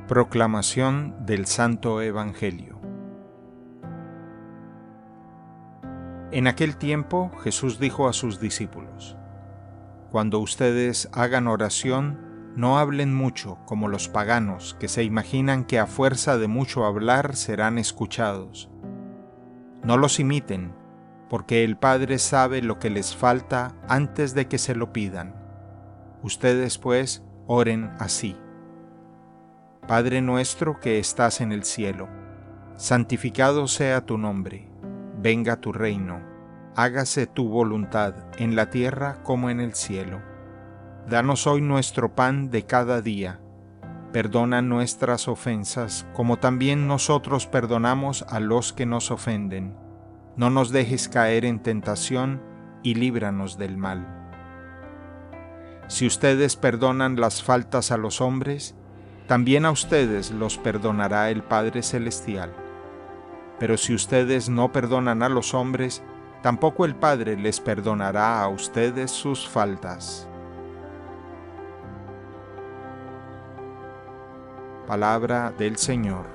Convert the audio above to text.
Proclamación del Santo Evangelio. En aquel tiempo Jesús dijo a sus discípulos: Cuando ustedes hagan oración, no hablen mucho como los paganos, que se imaginan que a fuerza de mucho hablar serán escuchados. No los imiten, porque el Padre sabe lo que les falta antes de que se lo pidan. Ustedes, pues, oren así: Padre nuestro que estás en el cielo, santificado sea tu nombre, venga tu reino, hágase tu voluntad en la tierra como en el cielo. Danos hoy nuestro pan de cada día. Perdona nuestras ofensas, como también nosotros perdonamos a los que nos ofenden. No nos dejes caer en tentación y líbranos del mal. Si ustedes perdonan las faltas a los hombres, también a ustedes los perdonará el Padre Celestial. Pero si ustedes no perdonan a los hombres, tampoco el Padre les perdonará a ustedes sus faltas. Palabra del Señor.